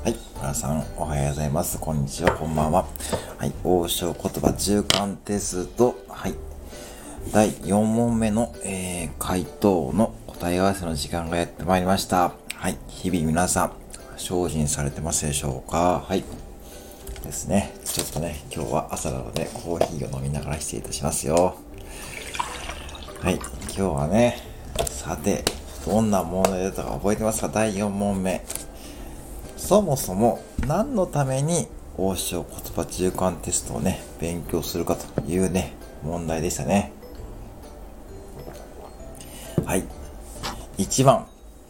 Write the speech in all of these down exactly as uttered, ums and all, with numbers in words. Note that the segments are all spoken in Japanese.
はい、皆さんおはようございます。こんにちは、こんばんは。はい、王将言葉中間テスト、はい、だいよん問目の、えー、回答の答え合わせの時間がやってまいりました。はい、日々皆さん、精進されてますでしょうか？はい。ですね。ちょっとね、今日は朝なのでコーヒーを飲みながら失礼いたしますよ。はい、今日はね、さて、どんな問題だったか覚えてますか？だいよん問目。そもそも何のために王将言葉中間テストをね、勉強するかというね、問題でしたね。はい。いちばん。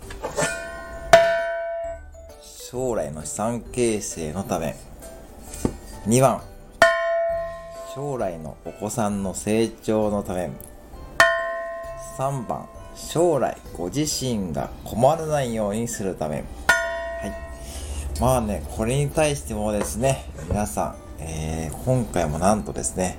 将来の資産形成のため。にばん。将来のお子さんの成長のため。さんばん。将来ご自身が困らないようにするため。はい。まあね、これに対してもですね、皆さん、えー、今回もなんとですね、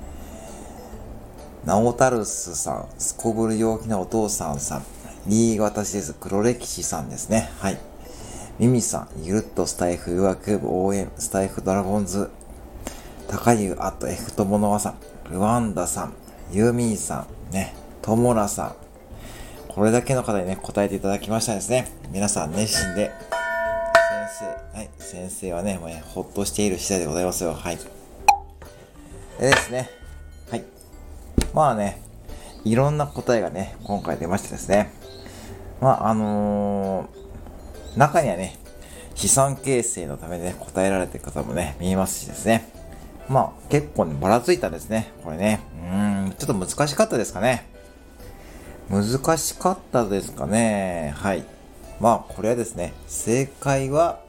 ナオタルスさん、すこぶる陽気なお父さんさん、いい私です、黒歴史さんですね。はい。ミミさん、ゆるっとスタイフ、予約部応援、スタイフドラゴンズ、高湯、あとエフトモノワさん、ルワンダさん、ユーミーさん、ね、トモラさん、これだけの方にね、答えていただきましたですね。皆さん熱心で、先生、はい、先生はね、もうね、ほっとしている次第でございますよ。はい。でですね、はい。まあね、いろんな答えがね、今回出ましてですね。まあ、あのー、中にはね、資産形成のためにね、答えられている方もね、見えますしですね。まあ、結構ね、ばらついたんですね。これね。うーん、ちょっと難しかったですかね。難しかったですかね。はい。まあ、これはですね、正解は、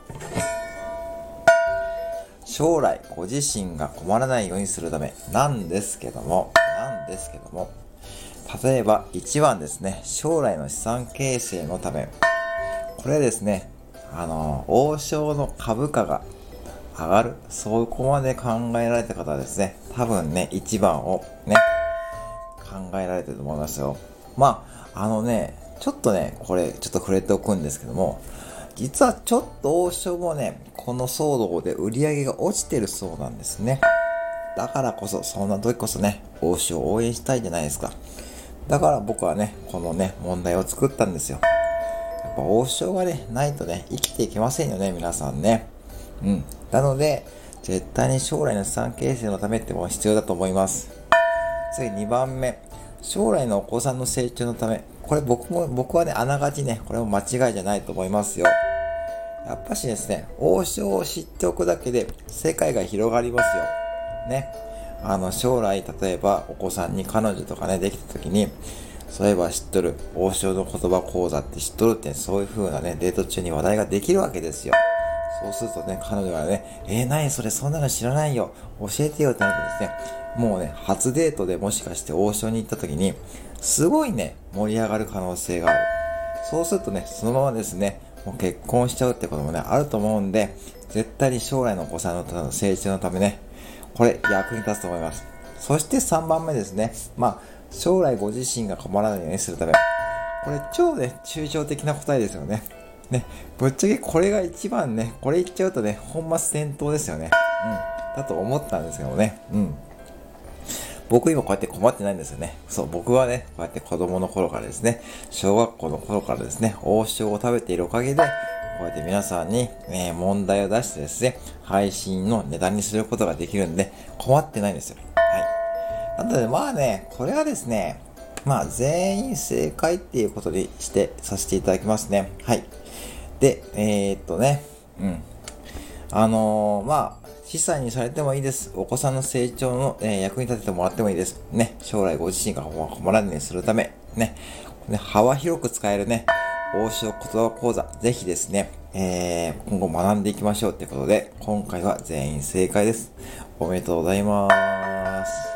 将来ご自身が困らないようにするためなんですけども、なんですけども、例えばいちばんですね、将来の資産形成のため。これですね、あの、王将の株価が上がる、そこまで考えられた方はですね、多分ね、いちばんをね、考えられてると思いますよ。まあ、あのね、ちょっとね、これちょっと触れておくんですけども、実はちょっと王将もね、この騒動で売り上げが落ちてるそうなんですね。だからこそ、そんな時こそね、王将を応援したいじゃないですか。だから僕はね、このね、問題を作ったんですよ。やっぱ王将がね、ないとね、生きていけませんよね、皆さんね。うん。なので、絶対に将来の資産形成のためっても必要だと思います。次にばんめ。将来のお子さんの成長のため。これ僕も、僕はね、あながちね、これも間違いじゃないと思いますよ。やっぱしですね、王将を知っておくだけで世界が広がりますよ。ね。あの、将来、例えばお子さんに彼女とかね、できた時に、そういえば知っとる、王将の言葉講座って知っとるって、そういう風なね、デート中に話題ができるわけですよ。そうするとね、彼女がね、えー、何それ、そんなの知らないよ。教えてよってなるとですね、もうね、初デートでもしかして王将に行った時に、すごいね、盛り上がる可能性がある。そうするとね、そのままですね、もう結婚しちゃうってこともね、あると思うんで、絶対に将来のお子さんの成長のためね、これ役に立つと思います。そしてさんばんめですね、まあ、将来ご自身が困らないようにするため。これ超ね、抽象的な答えですよね。ね、ぶっちゃけこれが一番ね、これ言っちゃうとね、本末転倒ですよね。うん。だと思ったんですけどね。うん。僕今こうやって困ってないんですよね。そう、僕はね、こうやって子供の頃からですね、小学校の頃からですね、王将を食べているおかげで、こうやって皆さんに、えー、問題を出してですね、配信の値段にすることができるんで、困ってないんですよ。はい。なのでまあね、これはですね、まあ全員正解っていうことにしてさせていただきますね。はい。で、えー、っとね、うん。あのー、まあ、資産にされてもいいです。お子さんの成長の、えー、役に立ててもらってもいいです。ね。将来ご自身が困らないようにするため、ね。ね、幅広く使えるね、王将言葉講座、ぜひですね、えー、今後学んでいきましょうということで、今回は全員正解です。おめでとうございます。